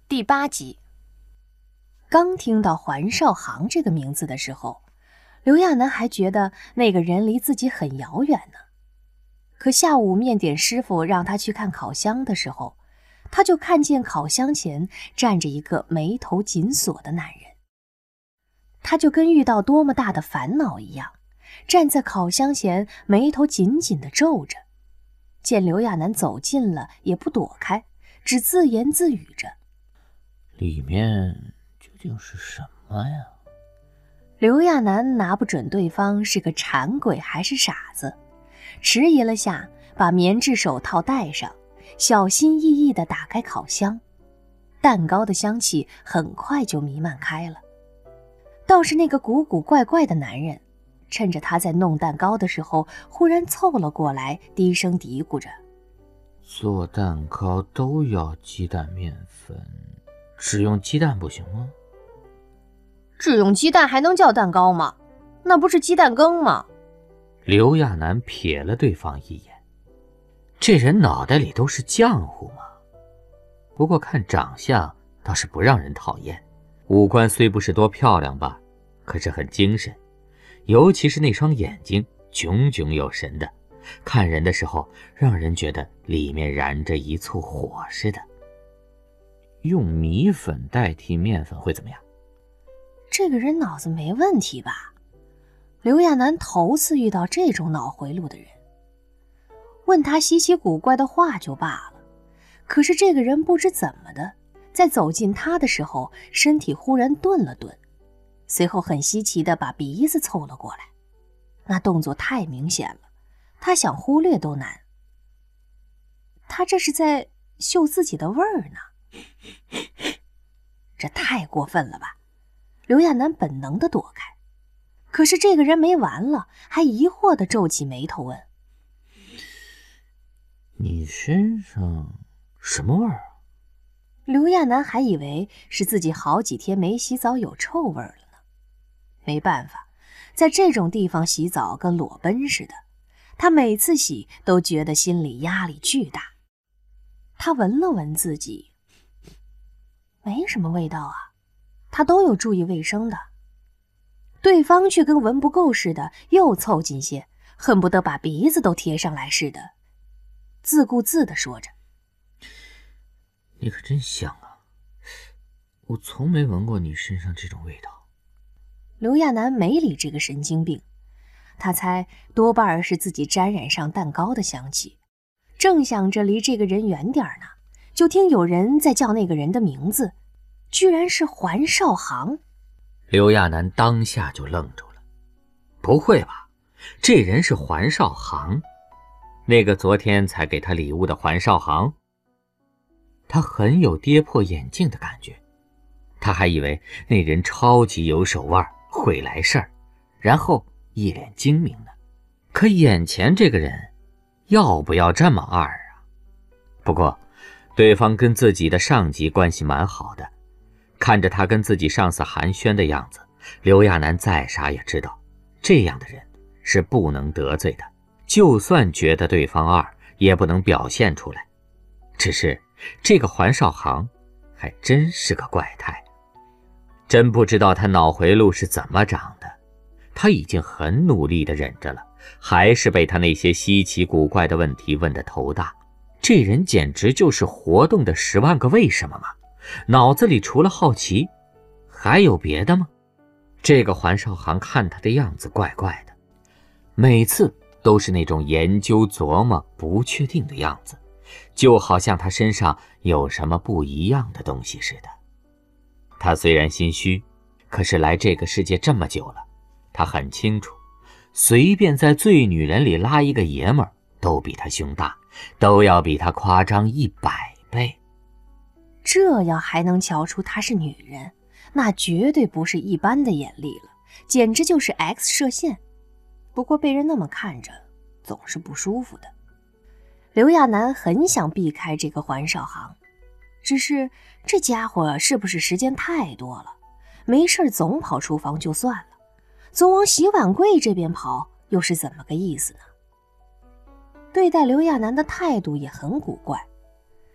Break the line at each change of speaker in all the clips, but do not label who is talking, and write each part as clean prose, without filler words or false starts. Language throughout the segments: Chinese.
第8集。刚听到环少行这个名字的时候，刘亚楠还觉得那个人离自己很遥远呢。可下午面点师傅让他去看烤箱的时候，他就看见烤箱前站着一个眉头紧锁的男人。他就跟遇到多么大的烦恼一样，站在烤箱前眉头紧紧地皱着。见刘亚楠走近了也不躲开，只自言自语着：
里面究竟是什么呀？
刘亚楠拿不准对方是个馋鬼还是傻子，迟疑了下，把棉质手套戴上，小心翼翼地打开烤箱。蛋糕的香气很快就弥漫开了。倒是那个古古怪怪的男人，趁着他在弄蛋糕的时候，忽然凑了过来，低声嘀咕着：
做蛋糕都要鸡蛋面粉，只用鸡蛋不行吗？
只用鸡蛋还能叫蛋糕吗？那不是鸡蛋羹吗？
刘亚楠瞥了对方一眼，这人脑袋里都是浆糊吗？不过看长相倒是不让人讨厌，五官虽不是多漂亮吧，可是很精神，尤其是那双眼睛炯炯有神的，看人的时候让人觉得里面燃着一簇火似的。用米粉代替面粉会怎么样？
这个人脑子没问题吧？刘亚楠头次遇到这种脑回路的人，问他稀奇古怪的话就罢了，可是这个人不知怎么的，在走近他的时候，身体忽然顿了顿，随后很稀奇地把鼻子凑了过来，那动作太明显了，他想忽略都难。他这是在嗅自己的味儿呢，这太过分了吧？刘亚楠本能地躲开，可是这个人没完了，还疑惑地皱起眉头问：
你身上什么味儿啊？
刘亚楠还以为是自己好几天没洗澡有臭味了呢。没办法，在这种地方洗澡跟裸奔似的，他每次洗都觉得心里压力巨大。他闻了闻自己，没什么味道啊，他都有注意卫生的。对方却跟闻不够似的，又凑近些，恨不得把鼻子都贴上来似的，自顾自地说着：
你可真香啊，我从没闻过你身上这种味道。
刘亚楠没理这个神经病，他猜多半是自己沾染上蛋糕的香气。正想着离这个人远点呢，就听有人在叫那个人的名字，居然是环少行。
刘亚楠当下就愣住了，不会吧，这人是环少行，那个昨天才给他礼物的环少行。他很有跌破眼镜的感觉，他还以为那人超级有手腕，会来事儿，然后一脸精明呢。可眼前这个人要不要这么二啊？不过对方跟自己的上级关系蛮好的，看着他跟自己上司寒暄的样子，刘亚楠再傻也知道这样的人是不能得罪的，就算觉得对方二也不能表现出来。只是这个环少行还真是个怪胎，真不知道他脑回路是怎么长的。他已经很努力地忍着了，还是被他那些稀奇古怪的问题问得头大。这人简直就是活动的10万个为什么嘛，脑子里除了好奇还有别的吗？这个环少行看他的样子怪怪的，每次都是那种研究琢磨不确定的样子，就好像他身上有什么不一样的东西似的。他虽然心虚，可是来这个世界这么久了，他很清楚，随便在醉女人里拉一个爷们儿都比他胸大，都要比他夸张100倍。
这要还能瞧出她是女人，那绝对不是一般的眼力了，简直就是 X 射线。不过被人那么看着，总是不舒服的。刘亚楠很想避开这个环少行，只是这家伙是不是时间太多了，没事总跑厨房就算了，总往洗碗柜这边跑，又是怎么个意思呢？对待刘亚楠的态度也很古怪，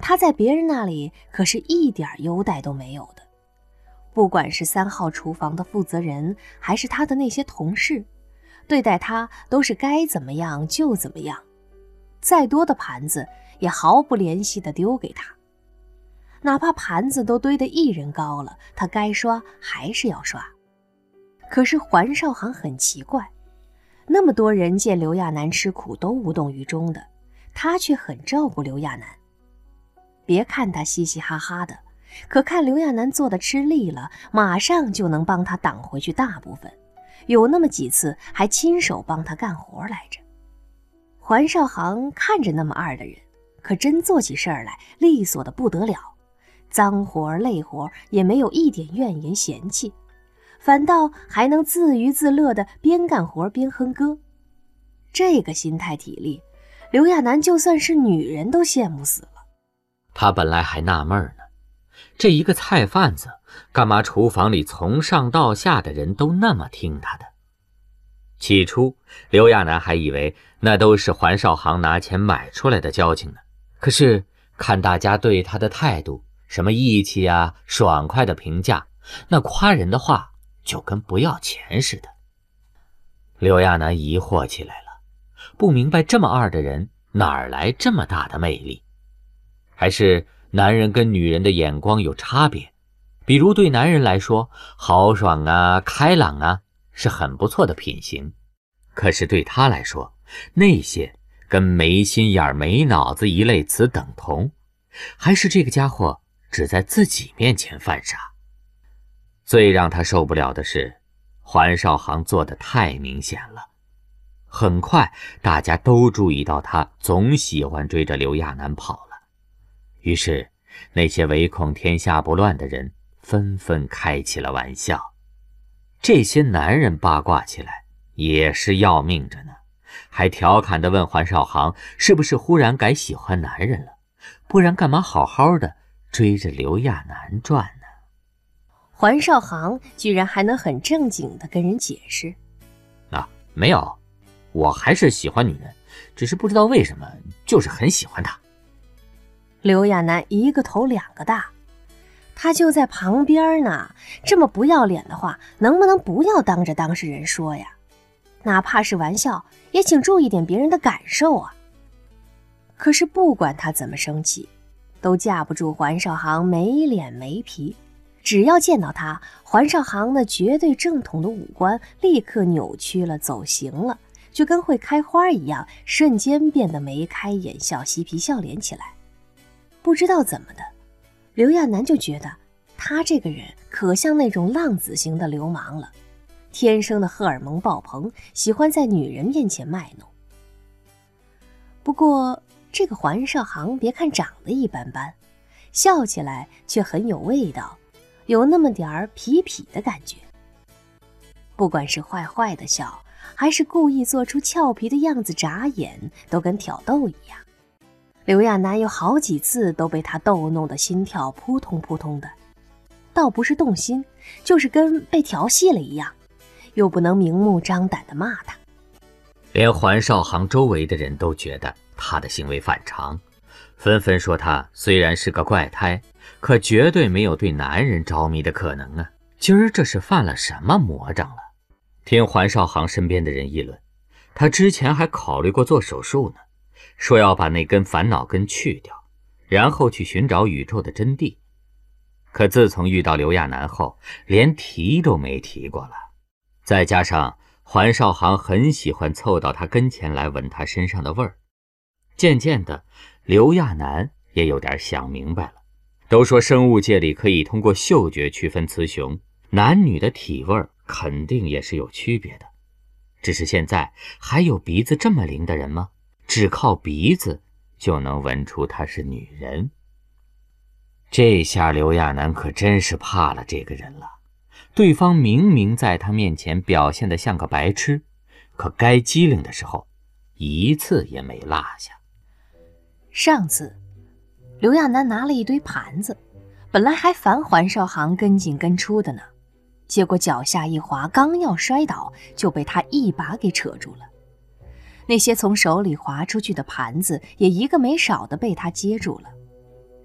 他在别人那里可是一点优待都没有的。不管是3号厨房的负责人，还是他的那些同事，对待他都是该怎么样就怎么样，再多的盘子也毫不怜惜地丢给他，哪怕盘子都堆得1人高了，他该刷还是要刷。可是环少行很奇怪，那么多人见刘亚楠吃苦都无动于衷的，他却很照顾刘亚楠。别看他嘻嘻哈哈的，可看刘亚楠做的吃力了，马上就能帮他挡回去大部分，有那么几次还亲手帮他干活来着。环少行看着那么二的人，可真做起事儿来利索的不得了，脏活累活也没有一点怨言嫌弃，反倒还能自娱自乐的边干活边哼歌。这个心态体力，刘亚楠就算是女人都羡慕死了。
他本来还纳闷呢，这一个菜贩子干嘛厨房里从上到下的人都那么听他的？起初刘亚楠还以为那都是环少行拿钱买出来的交情呢，可是看大家对他的态度，什么义气啊、爽快的评价，那夸人的话就跟不要钱似的。刘亚楠疑惑起来了，不明白这么二的人哪儿来这么大的魅力？还是男人跟女人的眼光有差别？比如对男人来说，豪爽啊、开朗啊是很不错的品行，可是对他来说，那些跟没心眼没脑子一类词等同，还是这个家伙只在自己面前犯傻。最让他受不了的是环少行做得太明显了。很快大家都注意到他总喜欢追着刘亚楠跑了，于是那些唯恐天下不乱的人纷纷开起了玩笑。这些男人八卦起来也是要命着呢，还调侃地问环少行是不是忽然改喜欢男人了，不然干嘛好好的追着刘亚楠转呢？
环少行居然还能很正经地跟人解释，
没有，我还是喜欢女人，只是不知道为什么就是很喜欢她。
刘亚楠一个头2个大，他就在旁边呢，这么不要脸的话能不能不要当着当事人说呀？哪怕是玩笑也请注意点别人的感受啊。可是不管他怎么生气，都架不住环少行没脸没皮。只要见到他，环少行那绝对正统的五官立刻扭曲了，走形了，就跟会开花一样，瞬间变得眉开眼笑、嬉皮笑脸起来。不知道怎么的，刘亚楠就觉得他这个人可像那种浪子型的流氓了，天生的荷尔蒙爆棚，喜欢在女人面前卖弄。不过这个环少行别看长得一般般，笑起来却很有味道，有那么点儿痞痞的感觉。不管是坏坏的笑，还是故意做出俏皮的样子眨眼，都跟挑逗一样。刘亚楠有好几次都被他逗弄得心跳扑通扑通的，倒不是动心，就是跟被调戏了一样，又不能明目张胆地骂他。
连环少行周围的人都觉得他的行为反常，纷纷说他虽然是个怪胎，可绝对没有对男人着迷的可能啊，今儿这是犯了什么魔障了？听环少行身边的人议论，他之前还考虑过做手术呢，说要把那根烦恼根去掉，然后去寻找宇宙的真谛。可自从遇到刘亚楠后，连提都没提过了。再加上环少行很喜欢凑到他跟前来闻他身上的味儿，渐渐的刘亚楠也有点想明白了。都说生物界里可以通过嗅觉区分雌雄，男女的体味肯定也是有区别的。只是现在还有鼻子这么灵的人吗？只靠鼻子就能闻出她是女人。这下刘亚楠可真是怕了这个人了。对方明明在他面前表现得像个白痴，可该机灵的时候一次也没落下。
上次刘亚楠拿了一堆盘子，本来还烦环少行跟进跟出的呢，结果脚下一滑，刚要摔倒就被他一把给扯住了。那些从手里滑出去的盘子也一个没少的被他接住了。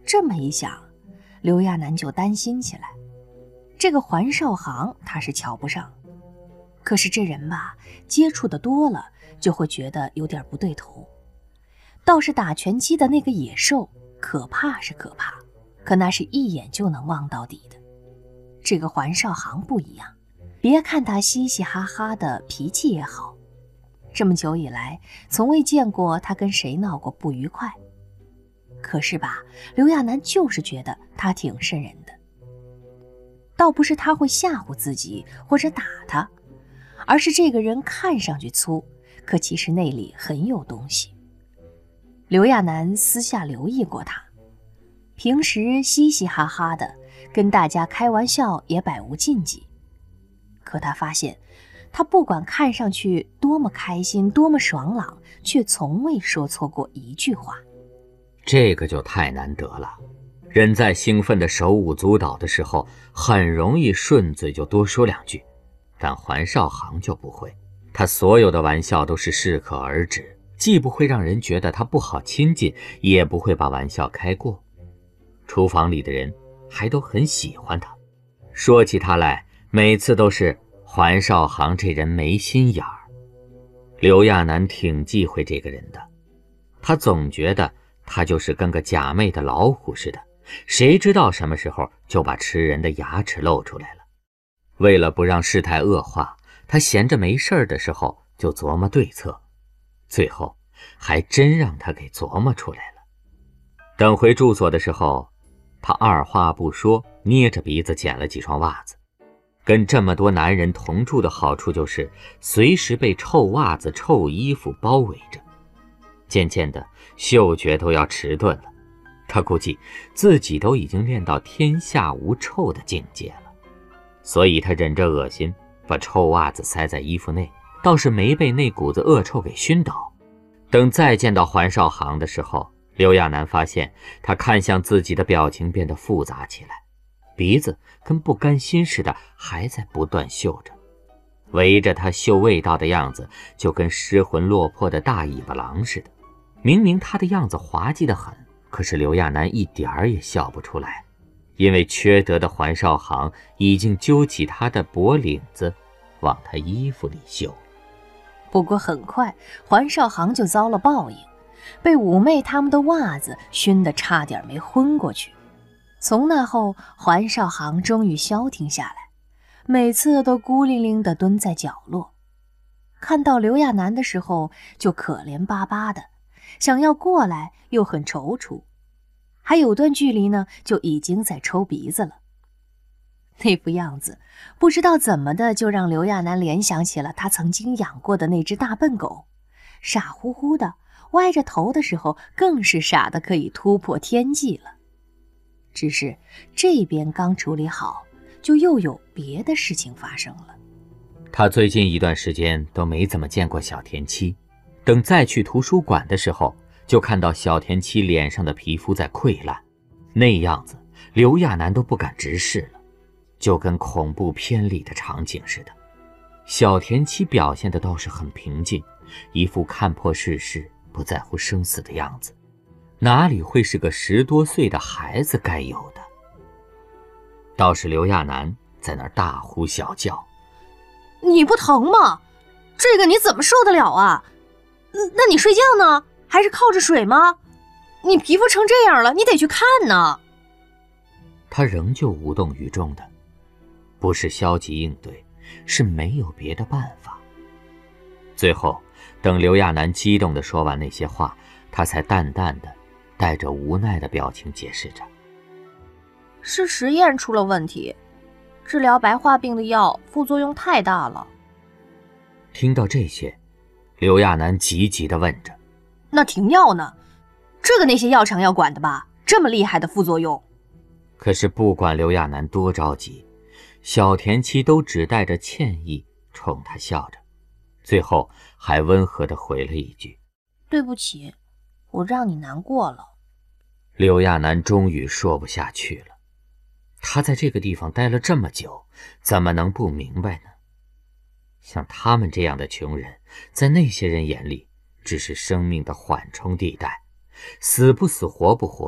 这么一想，刘亚楠就担心起来。这个环少行他是瞧不上，可是这人吧，接触的多了就会觉得有点不对头。倒是打拳击的那个野兽，可怕是可怕，可那是一眼就能望到底的。这个环少行不一样，别看他嘻嘻哈哈的，脾气也好，这么久以来从未见过他跟谁闹过不愉快。可是吧，刘亚楠就是觉得他挺瘆人的。倒不是他会吓唬自己或者打他，而是这个人看上去粗，可其实内里很有东西。刘亚楠私下留意过他，平时嘻嘻哈哈的，跟大家开玩笑也百无禁忌。可他发现，他不管看上去多么开心，多么爽朗，却从未说错过一句话。
这个就太难得了。人在兴奋的手舞足蹈的时候，很容易顺嘴就多说两句，但环少行就不会，他所有的玩笑都是适可而止，既不会让人觉得他不好亲近，也不会把玩笑开过。厨房里的人还都很喜欢他，说起他来，每次都是环少行这人没心眼儿。刘亚楠挺忌讳这个人的，他总觉得他就是跟个假寐的老虎似的，谁知道什么时候就把吃人的牙齿露出来了。为了不让事态恶化，他闲着没事的时候就琢磨对策，最后还真让他给琢磨出来了。等回住所的时候，他二话不说，捏着鼻子捡了几双袜子。跟这么多男人同住的好处就是随时被臭袜子、臭衣服包围着。渐渐的，嗅觉都要迟钝了，他估计自己都已经练到天下无臭的境界了。所以他忍着恶心，把臭袜子塞在衣服内，倒是没被那股子恶臭给熏倒。等再见到环少行的时候，刘亚楠发现他看向自己的表情变得复杂起来，鼻子跟不甘心似的还在不断嗅着，围着他嗅味道的样子就跟失魂落魄的大尾巴狼似的。明明他的样子滑稽得很，可是刘亚楠一点儿也笑不出来，因为缺德的环少行已经揪起他的脖领子往他衣服里嗅。
不过很快环少行就遭了报应，被五妹他们的袜子熏得差点没昏过去。从那后，环少行终于消停下来，每次都孤零零地蹲在角落，看到刘亚楠的时候就可怜巴巴的，想要过来又很踌躇，还有段距离呢，就已经在抽鼻子了。那副样子不知道怎么的，就让刘亚楠联想起了他曾经养过的那只大笨狗，傻乎乎的，歪着头的时候更是傻得可以突破天际了。只是这边刚处理好，就又有别的事情发生了。
他最近一段时间都没怎么见过小田七，等再去图书馆的时候，就看到小田七脸上的皮肤在溃烂，那样子刘亚楠都不敢直视了，就跟恐怖片里的场景似的。小田七表现的倒是很平静，一副看破世事、不在乎生死的样子，哪里会是个10多岁的孩子该有的？倒是刘亚楠在那儿大呼小叫：“
你不疼吗？这个你怎么受得了啊？那你睡觉呢？还是靠着水吗？你皮肤成这样了，你得去看呢。”
他仍旧无动于衷的，不是消极应对，是没有别的办法。最后，等刘亚楠激动地说完那些话，他才淡淡的带着无奈的表情解释着：“
是实验出了问题，治疗白化病的药副作用太大了。”
听到这些，刘亚楠急急地问着：“
那停药呢？这个那些药厂要管的吧？这么厉害的副作用？”
可是不管刘亚楠多着急，小田七都只带着歉意冲他笑着，最后还温和地回了一句：“
对不起，我让你难过了。”
刘亚楠终于说不下去了，他在这个地方待了这么久，怎么能不明白呢？像他们这样的穷人，在那些人眼里只是生命的缓冲地带，死不死活不活的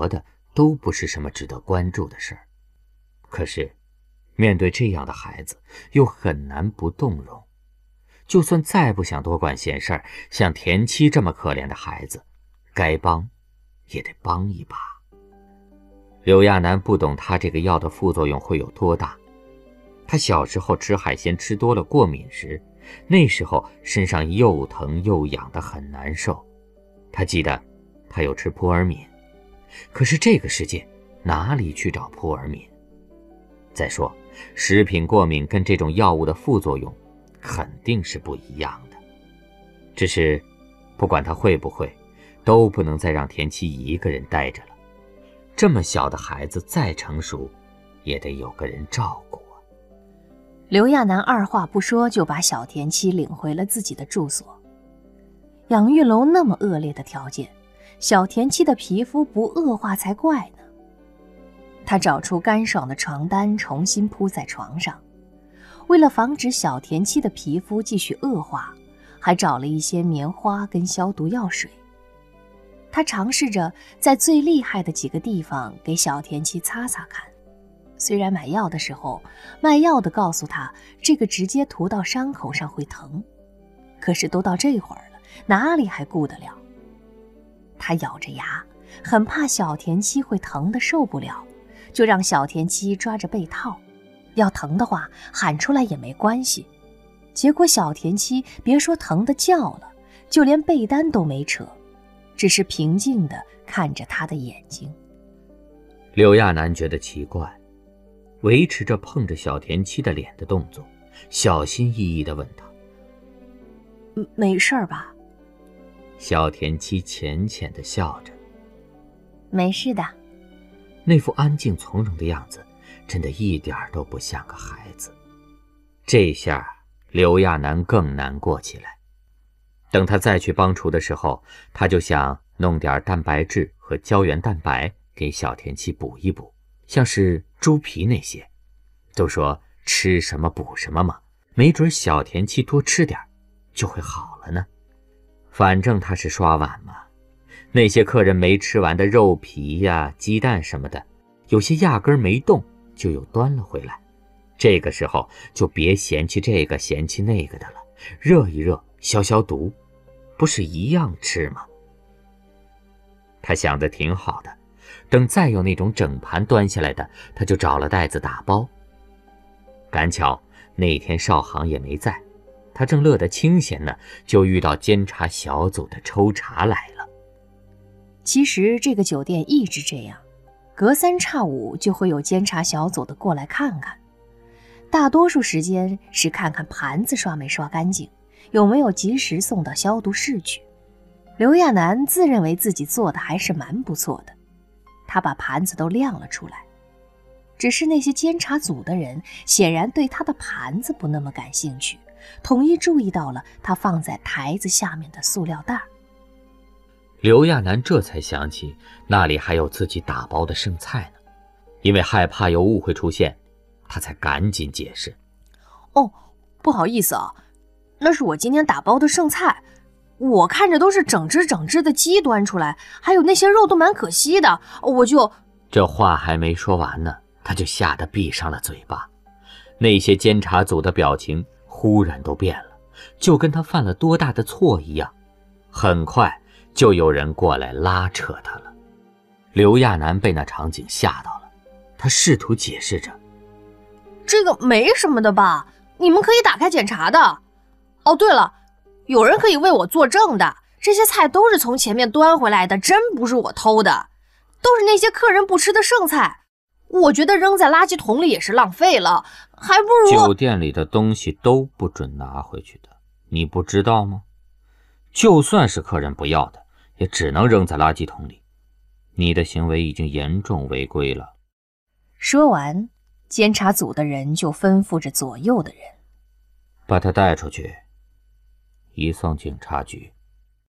都不是什么值得关注的事儿。可是面对这样的孩子，又很难不动容。就算再不想多管闲事儿，像田七这么可怜的孩子，该帮也得帮一把。刘亚楠不懂他这个药的副作用会有多大。他小时候吃海鲜吃多了过敏时，那时候身上又疼又痒得很难受。他记得他有吃扑尔敏，可是这个世界哪里去找扑尔敏？再说食品过敏跟这种药物的副作用肯定是不一样的。只是不管他会不会，都不能再让田七一个人待着了。这么小的孩子再成熟，也得有个人照顾啊。
刘亚楠二话不说就把小田七领回了自己的住所。养育楼那么恶劣的条件，小田七的皮肤不恶化才怪呢。他找出干爽的床单重新铺在床上，为了防止小田七的皮肤继续恶化，还找了一些棉花跟消毒药水。他尝试着在最厉害的几个地方给小田七擦擦看。虽然买药的时候，卖药的告诉他这个直接涂到伤口上会疼，可是都到这会儿了，哪里还顾得了？他咬着牙，很怕小田七会疼得受不了，就让小田七抓着被套，要疼的话喊出来也没关系。结果小田七别说疼得叫了，就连被单都没扯，只是平静地看着他的眼睛。
刘亚楠觉得奇怪，维持着碰着小田七的脸的动作，小心翼翼地问他：
没事儿吧？
小田七浅浅地笑着：
没事的。
那副安静从容的样子，真的一点都不像个孩子。这下刘亚楠更难过起来。等他再去帮厨的时候，他就想弄点蛋白质和胶原蛋白给小田七补一补，像是猪皮那些。都说吃什么补什么嘛，没准小田七多吃点就会好了呢。反正他是刷碗嘛，那些客人没吃完的肉皮呀、鸡蛋什么的，有些压根没动就又端了回来。这个时候就别嫌弃这个嫌弃那个的了，热一热消消毒，不是一样吃吗？他想得挺好的，等再有那种整盘端下来的，他就找了袋子打包。赶巧那天少航也没在，他正乐得清闲呢，就遇到监察小组的抽查来了。
其实这个酒店一直这样，隔三差五就会有监察小组的过来看看，大多数时间是看看盘子刷没刷干净，有没有及时送到消毒室去。刘亚楠自认为自己做的还是蛮不错的，他把盘子都亮了出来。只是那些监察组的人显然对他的盘子不那么感兴趣，统一注意到了他放在台子下面的塑料袋。
刘亚楠这才想起那里还有自己打包的剩菜呢，因为害怕有误会出现，他才赶紧解释：
哦，不好意思啊，那是我今天打包的剩菜，我看着都是整只整只的鸡端出来，还有那些肉都蛮可惜的，我就……
这话还没说完呢，他就吓得闭上了嘴巴。那些监察组的表情忽然都变了，就跟他犯了多大的错一样。很快就有人过来拉扯他了。刘亚楠被那场景吓到了，他试图解释着：
这个没什么的吧，你们可以打开检查的。哦，对了，有人可以为我作证的，这些菜都是从前面端回来的，真不是我偷的，都是那些客人不吃的剩菜。我觉得扔在垃圾桶里也是浪费了，还不如……
酒店里的东西都不准拿回去的，你不知道吗？就算是客人不要的，也只能扔在垃圾桶里。你的行为已经严重违规了。
说完，监察组的人就吩咐着左右的人：
把他带出去，移送警察局。